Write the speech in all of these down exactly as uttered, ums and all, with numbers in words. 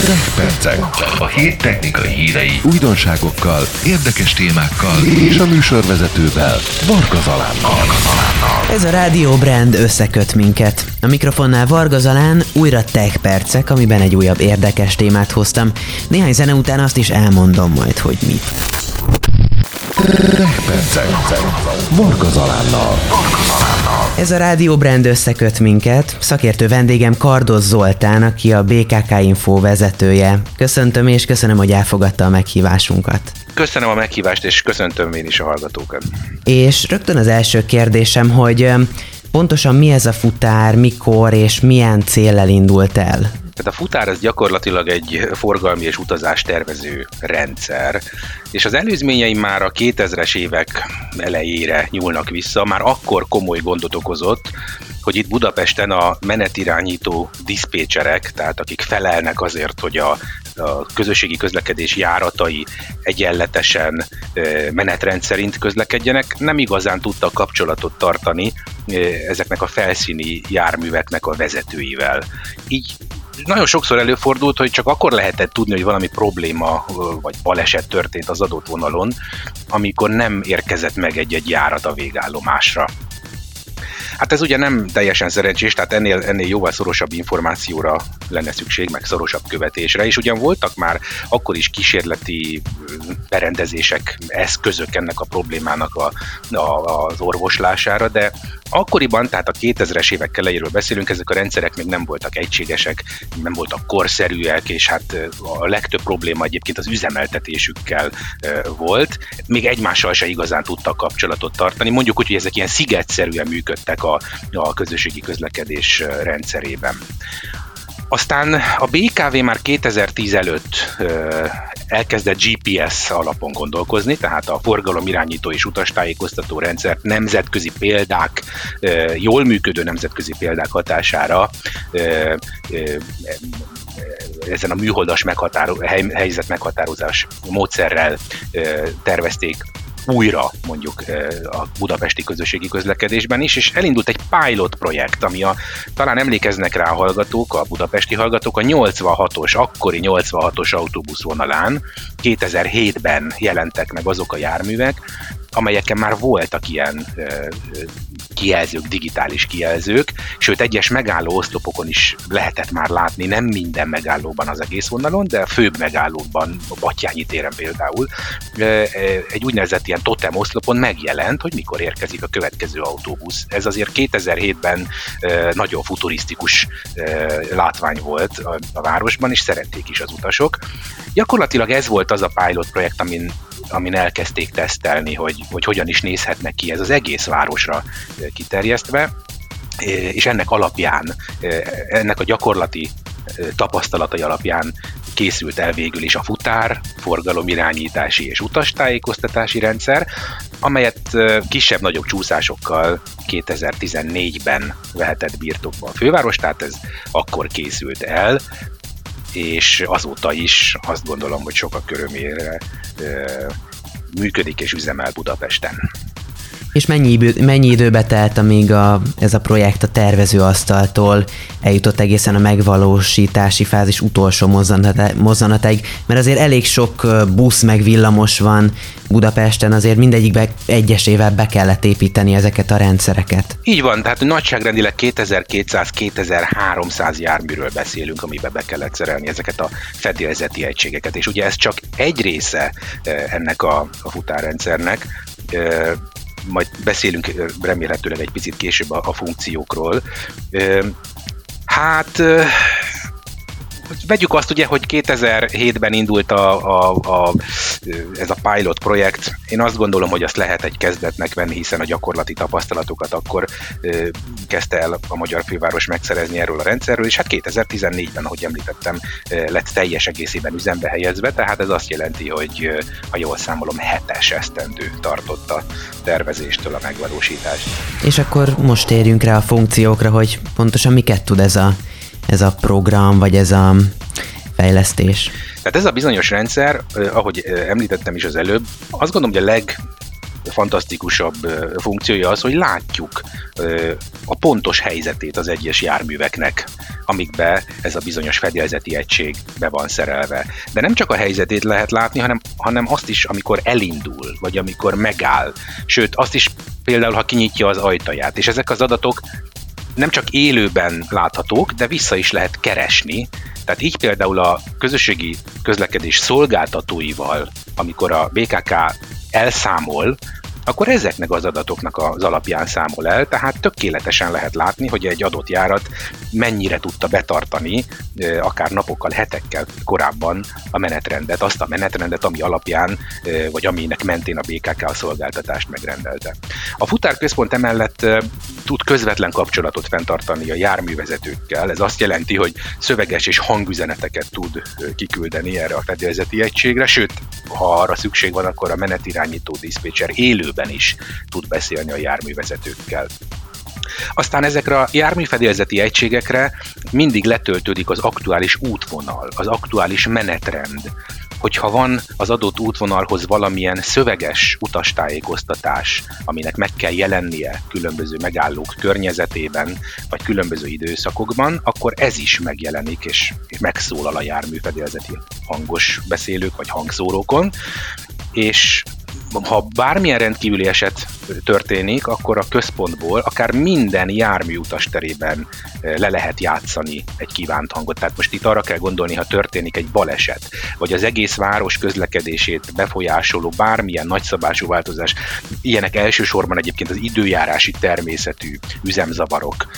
Percek. A hét technikai hírei, újdonságokkal, érdekes témákkal és a műsorvezetővel, Varga Zalánnal. Ez a Rádió Brand összeköt minket. A mikrofonnál Varga Zalán, újra Tech Percek, amiben egy újabb érdekes témát hoztam. Néhány zene után azt is elmondom majd, hogy mit. Tech Percek. Varga Zalánnal. Ez a Rádió Brand összeköt minket. Szakértő vendégem Kardos Zoltán, aki a bé ká ká Info vezetője. Köszöntöm és köszönöm, hogy elfogadta a meghívásunkat. Köszönöm a meghívást, és köszöntöm én is a hallgatókat. És rögtön az első kérdésem, hogy pontosan mi ez a futár, mikor és milyen céllel indult el? Tehát a futár az gyakorlatilag egy forgalmi és utazás tervező rendszer, és az előzményei már a kétezres évek elejére nyúlnak vissza, már akkor komoly gondot okozott, hogy itt Budapesten a menetirányító diszpécserek, tehát akik felelnek azért, hogy a a közösségi közlekedés járatai egyenletesen menetrend szerint közlekedjenek, nem igazán tudtak kapcsolatot tartani ezeknek a felszíni járműveknek a vezetőivel. Így nagyon sokszor előfordult, hogy csak akkor lehetett tudni, hogy valami probléma vagy baleset történt az adott vonalon, amikor nem érkezett meg egy-egy járat a végállomásra. Hát ez ugye nem teljesen szerencsés, tehát ennél, ennél jóval szorosabb információra lenne szükség, meg szorosabb követésre, és ugyan voltak már akkor is kísérleti berendezések, eszközök ennek a problémának a, a, az orvoslására, de akkoriban, tehát a kétezres évek elejéről beszélünk, ezek a rendszerek még nem voltak egységesek, nem voltak korszerűek, és hát a legtöbb probléma egyébként az üzemeltetésükkel volt. Még egymással se igazán tudtak kapcsolatot tartani. Mondjuk úgy, hogy ezek ilyen szigetszerűen működtek a, a közösségi közlekedés rendszerében. Aztán a bé ká vé már kétezer-tíz előtt ö, elkezdett gé pé es alapon gondolkozni, tehát a forgalomirányító és utastájékoztató rendszer nemzetközi példák, ö, jól működő nemzetközi példák hatására ö, ö, ezen a műholdas meghatározó, hely, helyzet meghatározás módszerrel ö, tervezték újra mondjuk a budapesti közösségi közlekedésben is, és elindult egy pilot projekt, ami a, talán emlékeznek rá a hallgatók, a budapesti hallgatók, a nyolcvanhatos, akkori nyolcvanhatos autóbuszvonalán kétezer-hétben jelentek meg azok a járművek, amelyeken már voltak ilyen ö, kijelzők, digitális kijelzők, sőt egyes megálló oszlopokon is lehetett már látni, nem minden megállóban az egész vonalon, de a főbb megállókban, a Batthyány téren például, egy úgynevezett ilyen totem oszlopon megjelent, hogy mikor érkezik a következő autóbusz. Ez azért kétezer-hétben nagyon futurisztikus látvány volt a városban, és szerették is az utasok. Gyakorlatilag ez volt az a pilot projekt, amin amin elkezdték tesztelni, hogy, hogy hogyan is nézhetnek ki ez az egész városra kiterjesztve, és ennek alapján, ennek a gyakorlati tapasztalatai alapján készült el végül is a futár, forgalomirányítási és utastájékoztatási rendszer, amelyet kisebb-nagyobb csúszásokkal kétezer-tizennégyben vehetett birtokba a főváros, tehát ez akkor készült el, és azóta is azt gondolom, hogy sokak örömére ö, működik és üzemel Budapesten. És mennyi, idő, mennyi időbe telt, amíg a, ez a projekt a tervezőasztaltól eljutott egészen a megvalósítási fázis utolsó mozzanatáig, mert azért elég sok busz meg villamos van Budapesten, azért mindegyikbe egyesével be kellett építeni ezeket a rendszereket. Így van, tehát nagyságrendileg kétezer-kétszáz-kétezer-háromszáz járműről beszélünk, amiben be kellett szerelni ezeket a fedélzeti egységeket, és ugye ez csak egy része ennek a, a futárrendszernek, majd beszélünk remélhetőleg egy picit később a, a funkciókról. Hát vegyük azt ugye, hogy kétezer-hétben indult a, a, a, ez a pilot projekt. Én azt gondolom, hogy azt lehet egy kezdetnek venni, hiszen a gyakorlati tapasztalatokat akkor ö, kezdte el a magyar főváros megszerezni erről a rendszerről, és hát kétezer-tizennégyben, ahogy említettem, lett teljes egészében üzembe helyezve, tehát ez azt jelenti, hogy ha jól számolom, hetes esztendő tartott a tervezéstől a megvalósítás. És akkor most térjünk rá a funkciókra, hogy pontosan miket tud ez a ez a program, vagy ez a fejlesztés? Tehát ez a bizonyos rendszer, ahogy említettem is az előbb, azt gondolom, hogy a legfantasztikusabb funkciója az, hogy látjuk a pontos helyzetét az egyes járműveknek, amikbe ez a bizonyos fedélzeti egység be van szerelve. De nem csak a helyzetét lehet látni, hanem, hanem azt is, amikor elindul, vagy amikor megáll. Sőt, azt is például, ha kinyitja az ajtaját. És ezek az adatok nem csak élőben láthatók, de vissza is lehet keresni. Tehát így például a közösségi közlekedés szolgáltatóival, amikor a bé ká ká elszámol, akkor ezeknek az adatoknak az alapján számol el, tehát tökéletesen lehet látni, hogy egy adott járat mennyire tudta betartani, akár napokkal, hetekkel korábban a menetrendet, azt a menetrendet, ami alapján, vagy aminek mentén a bé ká ká a szolgáltatást megrendelte. A futárközpont emellett tud közvetlen kapcsolatot fenntartani a járművezetőkkel. Ez azt jelenti, hogy szöveges és hangüzeneteket tud kiküldeni erre a fedélzeti egységre, sőt, ha arra szükség van, akkor a menetirányító diszpécser élőben is tud beszélni a járművezetőkkel. Aztán ezekre a járműfedélzeti egységekre mindig letöltődik az aktuális útvonal, az aktuális menetrend. Hogyha van az adott útvonalhoz valamilyen szöveges utastájékoztatás, aminek meg kell jelennie különböző megállók környezetében, vagy különböző időszakokban, akkor ez is megjelenik, és megszólal a járműfedélzeti hangos beszélők, vagy hangszórókon, és ha bármilyen rendkívüli eset történik, akkor a központból akár minden járműutas terében le lehet játszani egy kívánt hangot. Tehát most itt arra kell gondolni, ha történik egy baleset, vagy az egész város közlekedését befolyásoló bármilyen nagyszabású változás, ilyenek elsősorban egyébként az időjárási természetű üzemzavarok,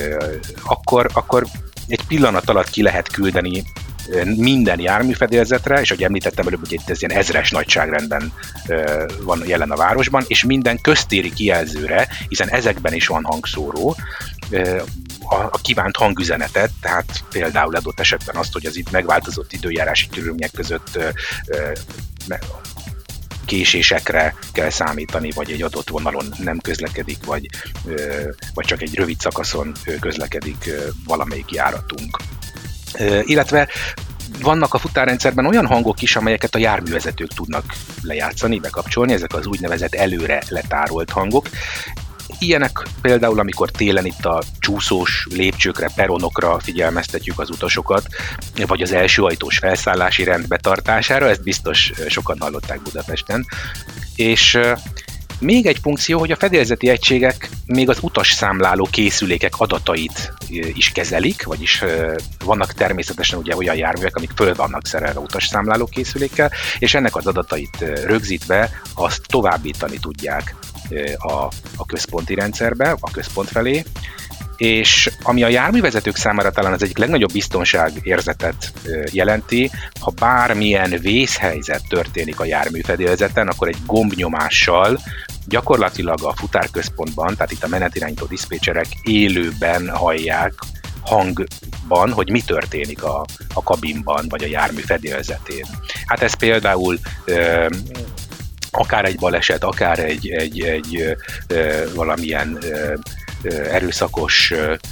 akkor, akkor egy pillanat alatt ki lehet küldeni minden járműfedélzetre, és ahogy említettem előbb, hogy itt ez ilyen ezres nagyságrendben van jelen a városban, és minden köztéri kijelzőre, hiszen ezekben is van hangszóró, a kívánt hangüzenetet, tehát például adott esetben azt, hogy az itt megváltozott időjárási körülmények között késésekre kell számítani, vagy egy adott vonalon nem közlekedik, vagy, vagy csak egy rövid szakaszon közlekedik valamelyik járatunk. Illetve vannak a futárrendszerben olyan hangok is, amelyeket a járművezetők tudnak lejátszani, bekapcsolni, ezek az úgynevezett előre letárolt hangok. Ilyenek például, amikor télen itt a csúszós lépcsőkre, peronokra figyelmeztetjük az utasokat, vagy az első ajtós felszállási rend betartására, ezt biztos sokan hallották Budapesten. És még egy funkció, hogy a fedélzeti egységek még az utasszámláló készülékek adatait is kezelik, vagyis vannak természetesen ugye olyan járművek, amik föl vannak szerelve utasszámláló készülékkel, és ennek az adatait rögzítve azt továbbítani tudják a, a központi rendszerbe, a központ felé, és ami a járművezetők számára talán az egyik legnagyobb biztonságérzetet jelenti, ha bármilyen vészhelyzet történik a járműfedélzeten, akkor egy gombnyomással gyakorlatilag a futárközpontban, tehát itt a menetirányító diszpécserek élőben hallják hangban, hogy mi történik a, a kabinban, vagy a jármű fedélzetén. Hát ez például ö, akár egy baleset, akár egy, egy, egy ö, valamilyen ö, erőszakos,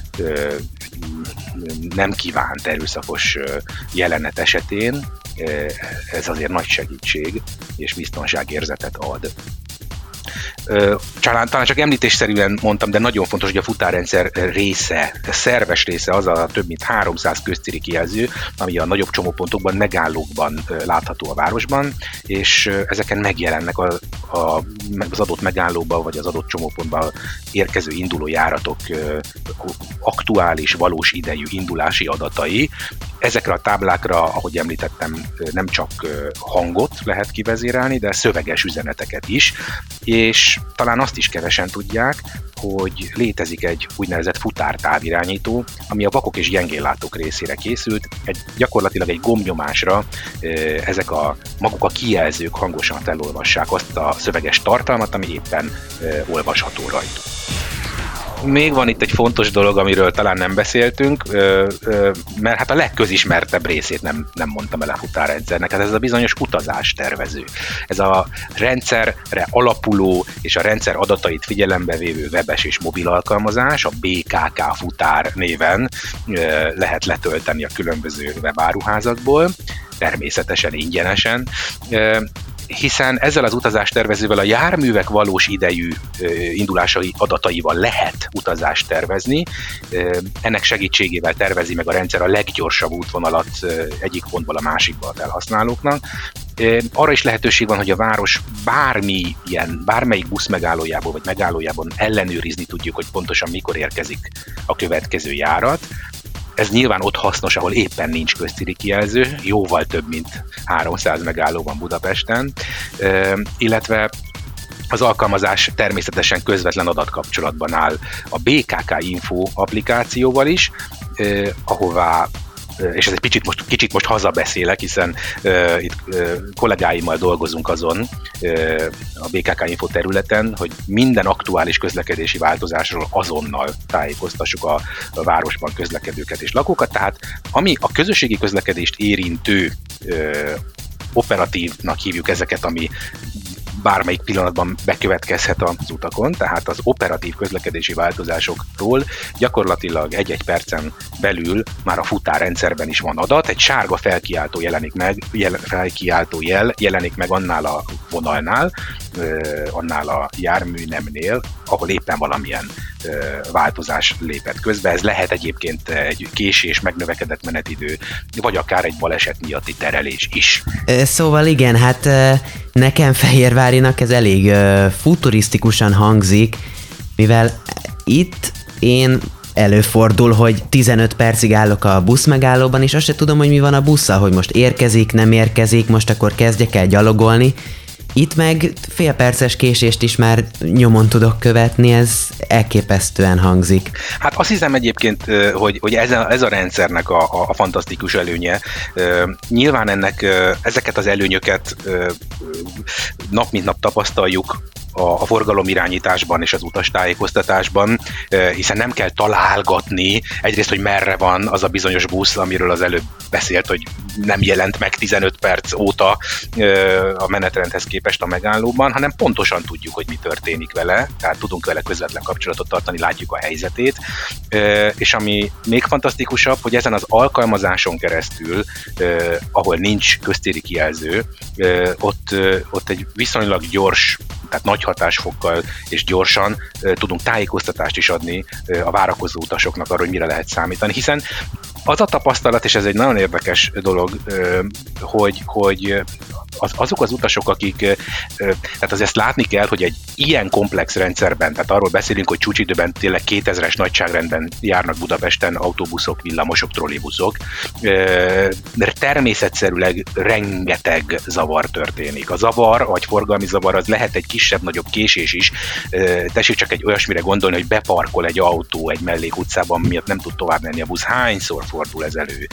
nem kívánt erőszakos jelenet esetén ez azért nagy segítség és biztonságérzetet ad. Talán, talán csak említésszerűen mondtam, de nagyon fontos, hogy a futárrendszer része, a szerves része az a több mint háromszáz köztéri kijelző, ami a nagyobb csomópontokban, megállókban látható a városban, és ezeken megjelennek a, a, az adott megállóban vagy az adott csomópontban érkező induló járatok aktuális, valós idejű indulási adatai. Ezekre a táblákra, ahogy említettem, nem csak hangot lehet kivezérelni, de szöveges üzeneteket is, és talán azt is kevesen tudják, hogy létezik egy úgynevezett futártávirányító, ami a vakok és gyengéllátók részére készült. Egy, gyakorlatilag egy gombnyomásra ezek a maguk a kijelzők hangosan felolvassák azt a szöveges tartalmat, ami éppen olvasható rajta. Még van itt egy fontos dolog, amiről talán nem beszéltünk, mert hát a legközismertebb részét nem, nem mondtam el a futárrendszernek, hát ez a bizonyos utazástervező. Ez a rendszerre alapuló és a rendszer adatait figyelembe vévő webes és mobil alkalmazás, a bé ká ká Futár néven lehet letölteni a különböző webáruházakból, természetesen ingyenesen, hiszen ezzel az utazástervezővel a járművek valós idejű indulásai adataival lehet utazást tervezni. Ennek segítségével tervezi meg a rendszer a leggyorsabb útvonalat egyik pontból a másikba a felhasználóknak. Arra is lehetőség van, hogy a város bármilyen, bármelyik busz megállójából vagy megállójában ellenőrizni tudjuk, hogy pontosan mikor érkezik a következő járat. Ez nyilván ott hasznos, ahol éppen nincs köztéri kijelző, jóval több, mint háromszáz megálló van Budapesten, illetve az alkalmazás természetesen közvetlen adatkapcsolatban áll a bé ká ká Info applikációval is, ahová, és ez egy kicsit most, kicsit most hazabeszélek, hiszen uh, itt uh, kollégáimmal dolgozunk azon uh, a bé ká ká Info területen, hogy minden aktuális közlekedési változásról azonnal tájékoztassuk a, a városban közlekedőket és lakókat, tehát ami a közösségi közlekedést érintő uh, operatívnak hívjuk ezeket, ami bármelyik pillanatban bekövetkezhet az utakon, tehát az operatív közlekedési változásokról gyakorlatilag egy-egy percen belül már a futárrendszerben is van adat, egy sárga felkiáltó jelenik meg, jel, felkiáltó jel jelenik meg annál a vonalnál, annál a járműnemnél, ahol éppen valamilyen változás lépett közbe. Ez lehet egyébként egy késés, megnövekedett menetidő, vagy akár egy baleset miatti terelés is. Szóval igen, hát nekem Fehérvárinak ez elég futurisztikusan hangzik, mivel itt én előfordul, hogy tizenöt percig állok a buszmegállóban, és azt se tudom, hogy mi van a busszal, hogy most érkezik, nem érkezik, most akkor kezdjek el gyalogolni. Itt meg fél perces késést is már nyomon tudok követni, ez elképesztően hangzik. Hát azt hiszem egyébként, hogy, hogy ez, a, ez a rendszernek a, a, a fantasztikus előnye. Nyilván ennek ezeket az előnyöket nap mint nap tapasztaljuk a forgalomirányításban és az utastájékoztatásban, hiszen nem kell találgatni egyrészt, hogy merre van az a bizonyos busz, amiről az előbb beszélt, hogy nem jelent meg tizenöt perc óta a menetrendhez képest a megállóban, hanem pontosan tudjuk, hogy mi történik vele, tehát tudunk vele közvetlen kapcsolatot tartani, látjuk a helyzetét, és ami még fantasztikusabb, hogy ezen az alkalmazáson keresztül, ahol nincs köztéri kijelző, ott, ott egy viszonylag gyors, tehát nagy hatásfokkal és gyorsan tudunk tájékoztatást is adni a várakozó utasoknak arról, hogy mire lehet számítani, hiszen az a tapasztalat, és ez egy nagyon érdekes dolog, hogy, hogy az, azok az utasok, akik, tehát azért ezt látni kell, hogy egy ilyen komplex rendszerben, tehát arról beszélünk, hogy csúcsidőben tényleg kétezres nagyságrendben járnak Budapesten autóbuszok, villamosok, trollibuszok, de természetszerűleg rengeteg zavar történik. A zavar, vagy forgalmi zavar, az lehet egy kisebb-nagyobb késés is. Tessék csak egy olyasmire gondolni, hogy beparkol egy autó egy mellékutcában, miatt nem tud tovább menni a busz. Hányszor fordul ez elő?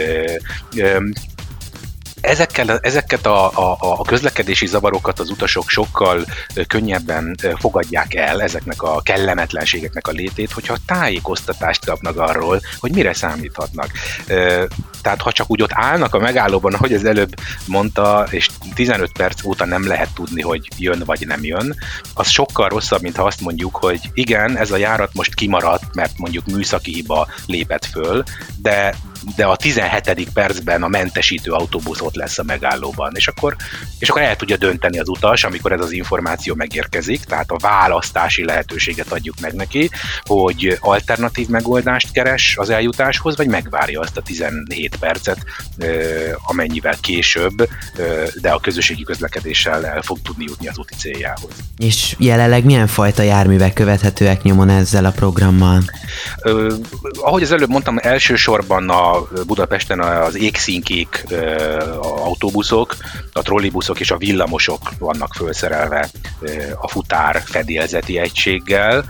Ezekkel, ezeket a, a, a közlekedési zavarokat az utasok sokkal könnyebben fogadják el, ezeknek a kellemetlenségeknek a létét, hogyha tájékoztatást kapnak arról, hogy mire számíthatnak. Tehát ha csak úgy ott állnak a megállóban, ahogy az előbb mondta, és tizenöt perc óta nem lehet tudni, hogy jön vagy nem jön, az sokkal rosszabb, mint ha azt mondjuk, hogy igen, ez a járat most kimaradt, mert mondjuk műszaki hiba lépett föl, de de a tizenhetedik percben a mentesítő autóbusz ott lesz a megállóban, és akkor, és akkor el tudja dönteni az utas, amikor ez az információ megérkezik, tehát a választási lehetőséget adjuk meg neki, hogy alternatív megoldást keres az eljutáshoz, vagy megvárja azt a tizenhét percet, amennyivel később, de a közösségi közlekedéssel el fog tudni jutni az úti céljához. És jelenleg milyen fajta járművek követhetőek nyomon ezzel a programmal? Ahogy az előbb mondtam, elsősorban a Budapesten az égszínkék autóbuszok, a trollibuszok és a villamosok vannak felszerelve a futár fedélzeti egységgel.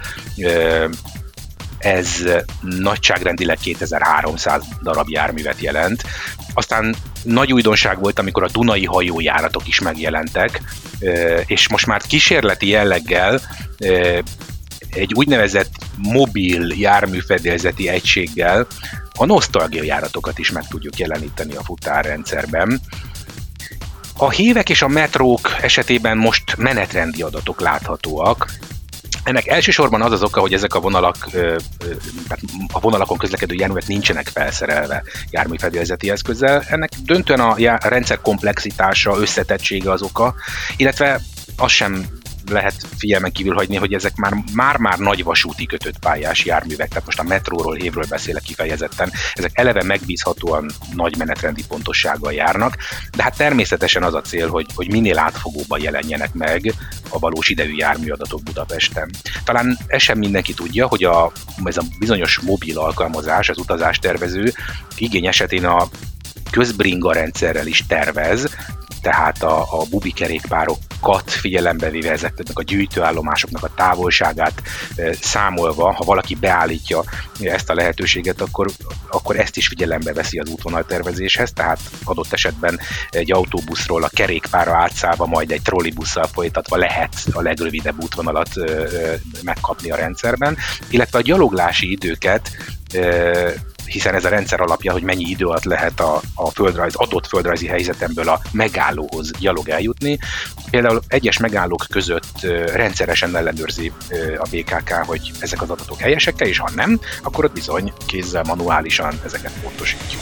Ez nagyságrendileg kétezer-háromszáz darab járművet jelent. Aztán nagy újdonság volt, amikor a Dunai hajójáratok is megjelentek, és most már kísérleti jelleggel egy úgynevezett mobil járműfedélzeti egységgel a nosztalgia járatokat is meg tudjuk jeleníteni a futárrendszerben. A hívek és a metrók esetében most menetrendi adatok láthatóak, Ennek elsősorban az az oka, hogy ezek a vonalak, a vonalakon közlekedő járművek nincsenek felszerelve járműfedélzeti eszközzel. Ennek döntően a rendszer komplexitása, összetettsége az oka, illetve az sem lehet figyelmen kívül hagyni, hogy ezek már, már-már nagy vasúti kötött pályás járművek, tehát most a metróról, hévről beszélek kifejezetten, ezek eleve megbízhatóan nagy menetrendi pontossággal járnak, de hát természetesen az a cél, hogy, hogy minél átfogóban jelenjenek meg a valós idejű járműadatok Budapesten. Talán ez sem mindenki tudja, hogy a, ez a bizonyos mobil alkalmazás, az utazástervező igény esetén a közbringa rendszerrel is tervez, tehát a, a bubi kerékpárokat figyelembe véve ezeknek a gyűjtőállomásoknak a távolságát e, számolva, ha valaki beállítja ezt a lehetőséget, akkor, akkor ezt is figyelembe veszi az útvonaltervezéshez, tehát adott esetben egy autóbuszról a kerékpárra átszállva, majd egy trollibusszal folytatva lehet a legrövidebb útvonalat e, e, megkapni a rendszerben, illetve a gyaloglási időket e, hiszen ez a rendszer alapja, hogy mennyi idő alatt lehet a, a földrajz, adott földrajzi helyzetemből a megállóhoz gyalog eljutni. Például egyes megállók között rendszeresen ellenőrzi a bé ká ká, hogy ezek az adatok helyesek-e, és ha nem, akkor ott bizony kézzel, manuálisan ezeket pontosítjuk.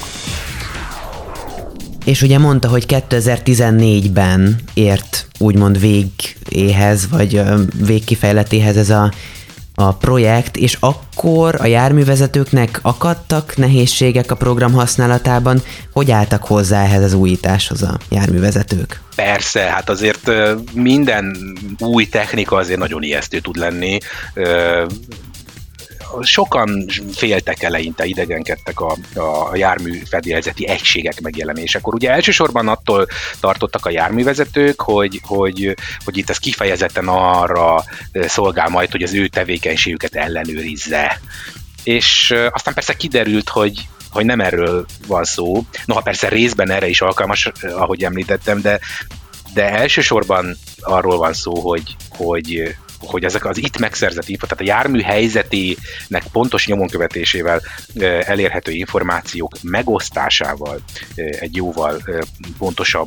És ugye mondta, hogy kétezer-tizennégyben ért úgymond végéhez, vagy végkifejletéhez ez a a projekt, és akkor a járművezetőknek akadtak nehézségek a program használatában, hogy álltak hozzá ehhez az újításhoz a járművezetők? Persze, hát azért minden új technika azért nagyon ijesztő tud lenni. Sokan féltek eleinte, idegenkedtek a, a járműfedélzeti egységek megjelenésekor. Ugye elsősorban attól tartottak a járművezetők, hogy, hogy, hogy itt ez kifejezetten arra szolgál majd, hogy az ő tevékenységüket ellenőrizze. És aztán persze kiderült, hogy hogy nem erről van szó. Noha persze részben erre is alkalmas, ahogy említettem, de, de elsősorban arról van szó, hogy, hogy hogy ezek az itt megszerzett info, tehát a jármű helyzetének pontos nyomon követésével elérhető információk megosztásával egy jóval pontosabb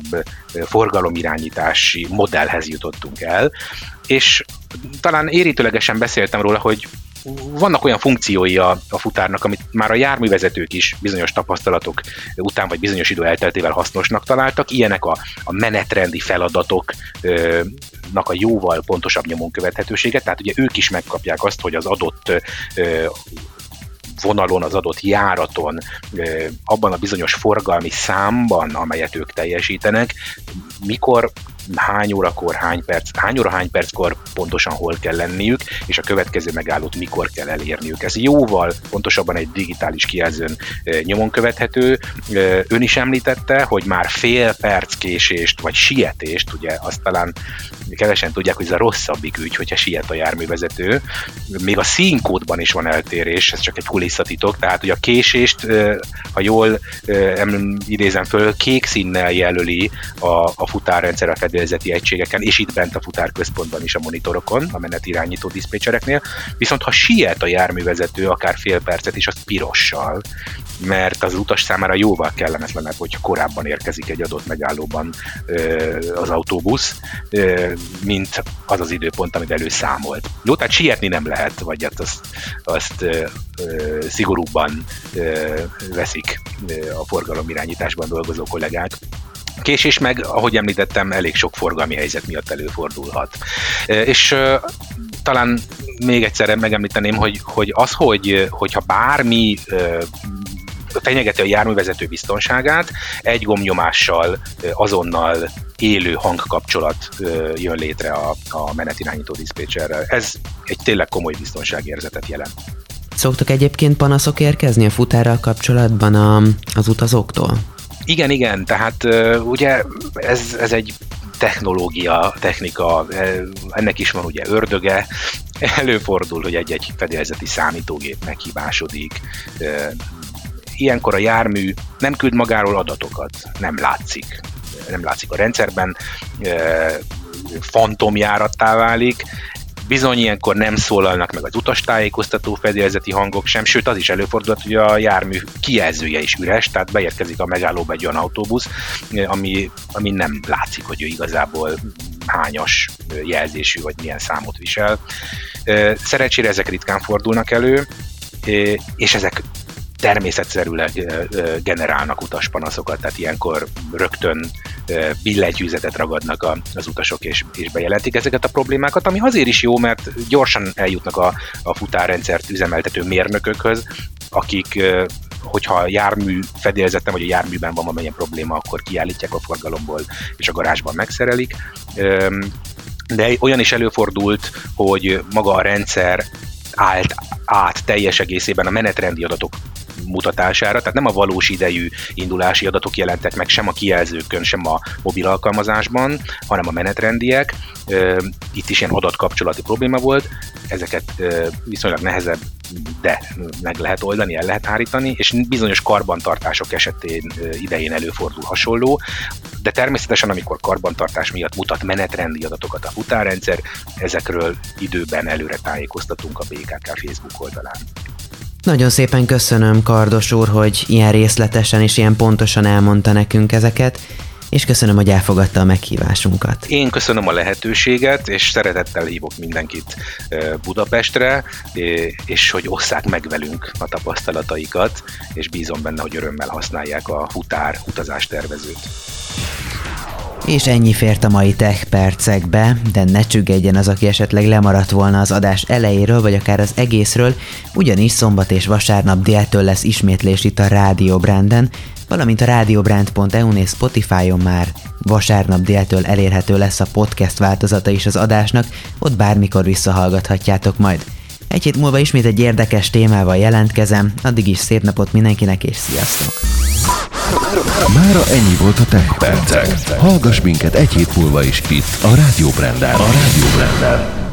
forgalomirányítási modellhez jutottunk el, és talán érintőlegesen beszéltem róla, hogy vannak olyan funkciói a, a futárnak, amit már a járművezetők is bizonyos tapasztalatok után, vagy bizonyos idő elteltével hasznosnak találtak. Ilyenek a, a menetrendi feladatoknak a jóval pontosabb nyomon követhetősége, tehát ugye ők is megkapják azt, hogy az adott ö, vonalon, az adott járaton, abban a bizonyos forgalmi számban, amelyet ők teljesítenek, mikor, hány órakor, hány perc, hány óra, hány perckor pontosan hol kell lenniük, és a következő megállót mikor kell elérniük. Ez jóval pontosabban egy digitális kijelzőn nyomon követhető. Ön is említette, hogy már fél perc késést, vagy sietést, ugye azt talán kevesen tudják, hogy ez a rosszabbik ügy, hogyha siet a járművezető. Még a színkódban is van eltérés, ez csak egy kulisszatitok, tehát hogy a késést, ha jól idézem föl, kék színnel jelöli a, a futárrendszer a fedélzeti egységeken, és itt bent a futárközpontban is a monitorokon, a menetirányító diszpécsereknél, viszont ha siet a járművezető akár fél percet is, az pirossal, mert az utas számára jóval kellemetlenebb, hogyha korábban érkezik egy adott megállóban az autóbusz, mint az az időpont, amit elő számolt. Jó, tehát sietni nem lehet, vagy hát azt, azt ö, ö, szigorúbban ö, veszik ö, a forgalomirányításban dolgozó kollégák. Késés meg, ahogy említettem, elég sok forgalmi helyzet miatt előfordulhat. És talán még egyszer megemlíteném, hogy, hogy az, hogy, hogyha bármi fenyegeti a járművezető biztonságát, egy gombnyomással azonnal élő hangkapcsolat jön létre a, a menetirányító diszpécserrel. Ez egy tényleg komoly biztonságérzetet jelent. Szoktak egyébként panaszok érkezni a futárral kapcsolatban a, az utazóktól? Igen, igen, tehát ugye ez, ez egy technológia, technika, ennek is van ugye ördöge, előfordul, hogy egy-egy fedélzeti számítógép meghibásodik, ilyenkor a jármű nem küld magáról adatokat, nem látszik, nem látszik a rendszerben, fantomjárattá válik, Bizony ilyenkor nem szólalnak meg az utastájékoztató fedélzeti hangok sem, sőt az is előfordulhat, hogy a jármű kijelzője is üres, tehát beérkezik a megállóba egy olyan autóbusz, ami, ami nem látszik, hogy ő igazából hányas jelzésű, vagy milyen számot visel. Szerencsére ezek ritkán fordulnak elő, és ezek természetszerűleg generálnak utaspanaszokat, tehát ilyenkor rögtön billentyűzetet ragadnak az utasok és, és bejelentik ezeket a problémákat, ami azért is jó, mert gyorsan eljutnak a, a futárrendszert üzemeltető mérnökökhöz, akik, hogyha a jármű fedélzeten vagy a járműben van valamilyen probléma, akkor kiállítják a forgalomból és a garázsban megszerelik. De olyan is előfordult, hogy maga a rendszer állt át teljes egészében a menetrendi adatok mutatására, tehát nem a valós idejű indulási adatok jelentek meg sem a kijelzőkön, sem a mobil alkalmazásban, hanem a menetrendiek. Itt is ilyen adatkapcsolati probléma volt, ezeket viszonylag nehezebb, de meg lehet oldani, el lehet hárítani, és bizonyos karbantartások esetén idején előfordul hasonló, de természetesen, amikor karbantartás miatt mutat menetrendi adatokat a futárrendszer, ezekről időben előre tájékoztatunk a bé ká ká Facebook oldalán. Nagyon szépen köszönöm, Kardos úr, hogy ilyen részletesen és ilyen pontosan elmondta nekünk ezeket, és köszönöm, hogy elfogadta a meghívásunkat. Én köszönöm a lehetőséget, és szeretettel hívok mindenkit Budapestre, és hogy osszák meg velünk a tapasztalataikat, és bízom benne, hogy örömmel használják a futár utazástervezőt. És ennyi fért a mai Tech Percekbe, de ne csüggedjen az, aki esetleg lemaradt volna az adás elejéről, vagy akár az egészről, ugyanis szombat és vasárnap déltől lesz ismétlés itt a Rádió Branden, valamint a radiobrand pont e u-n és Spotify-on már vasárnap déltől elérhető lesz a podcast változata is az adásnak, ott bármikor visszahallgathatjátok majd. Egy hét múlva ismét egy érdekes témával jelentkezem, addig is szép napot mindenkinek, és sziasztok! Mára ennyi volt a Tech Percek. Hallgass minket egy hét múlva is itt, a Rádió Branden. A Rádió Branden.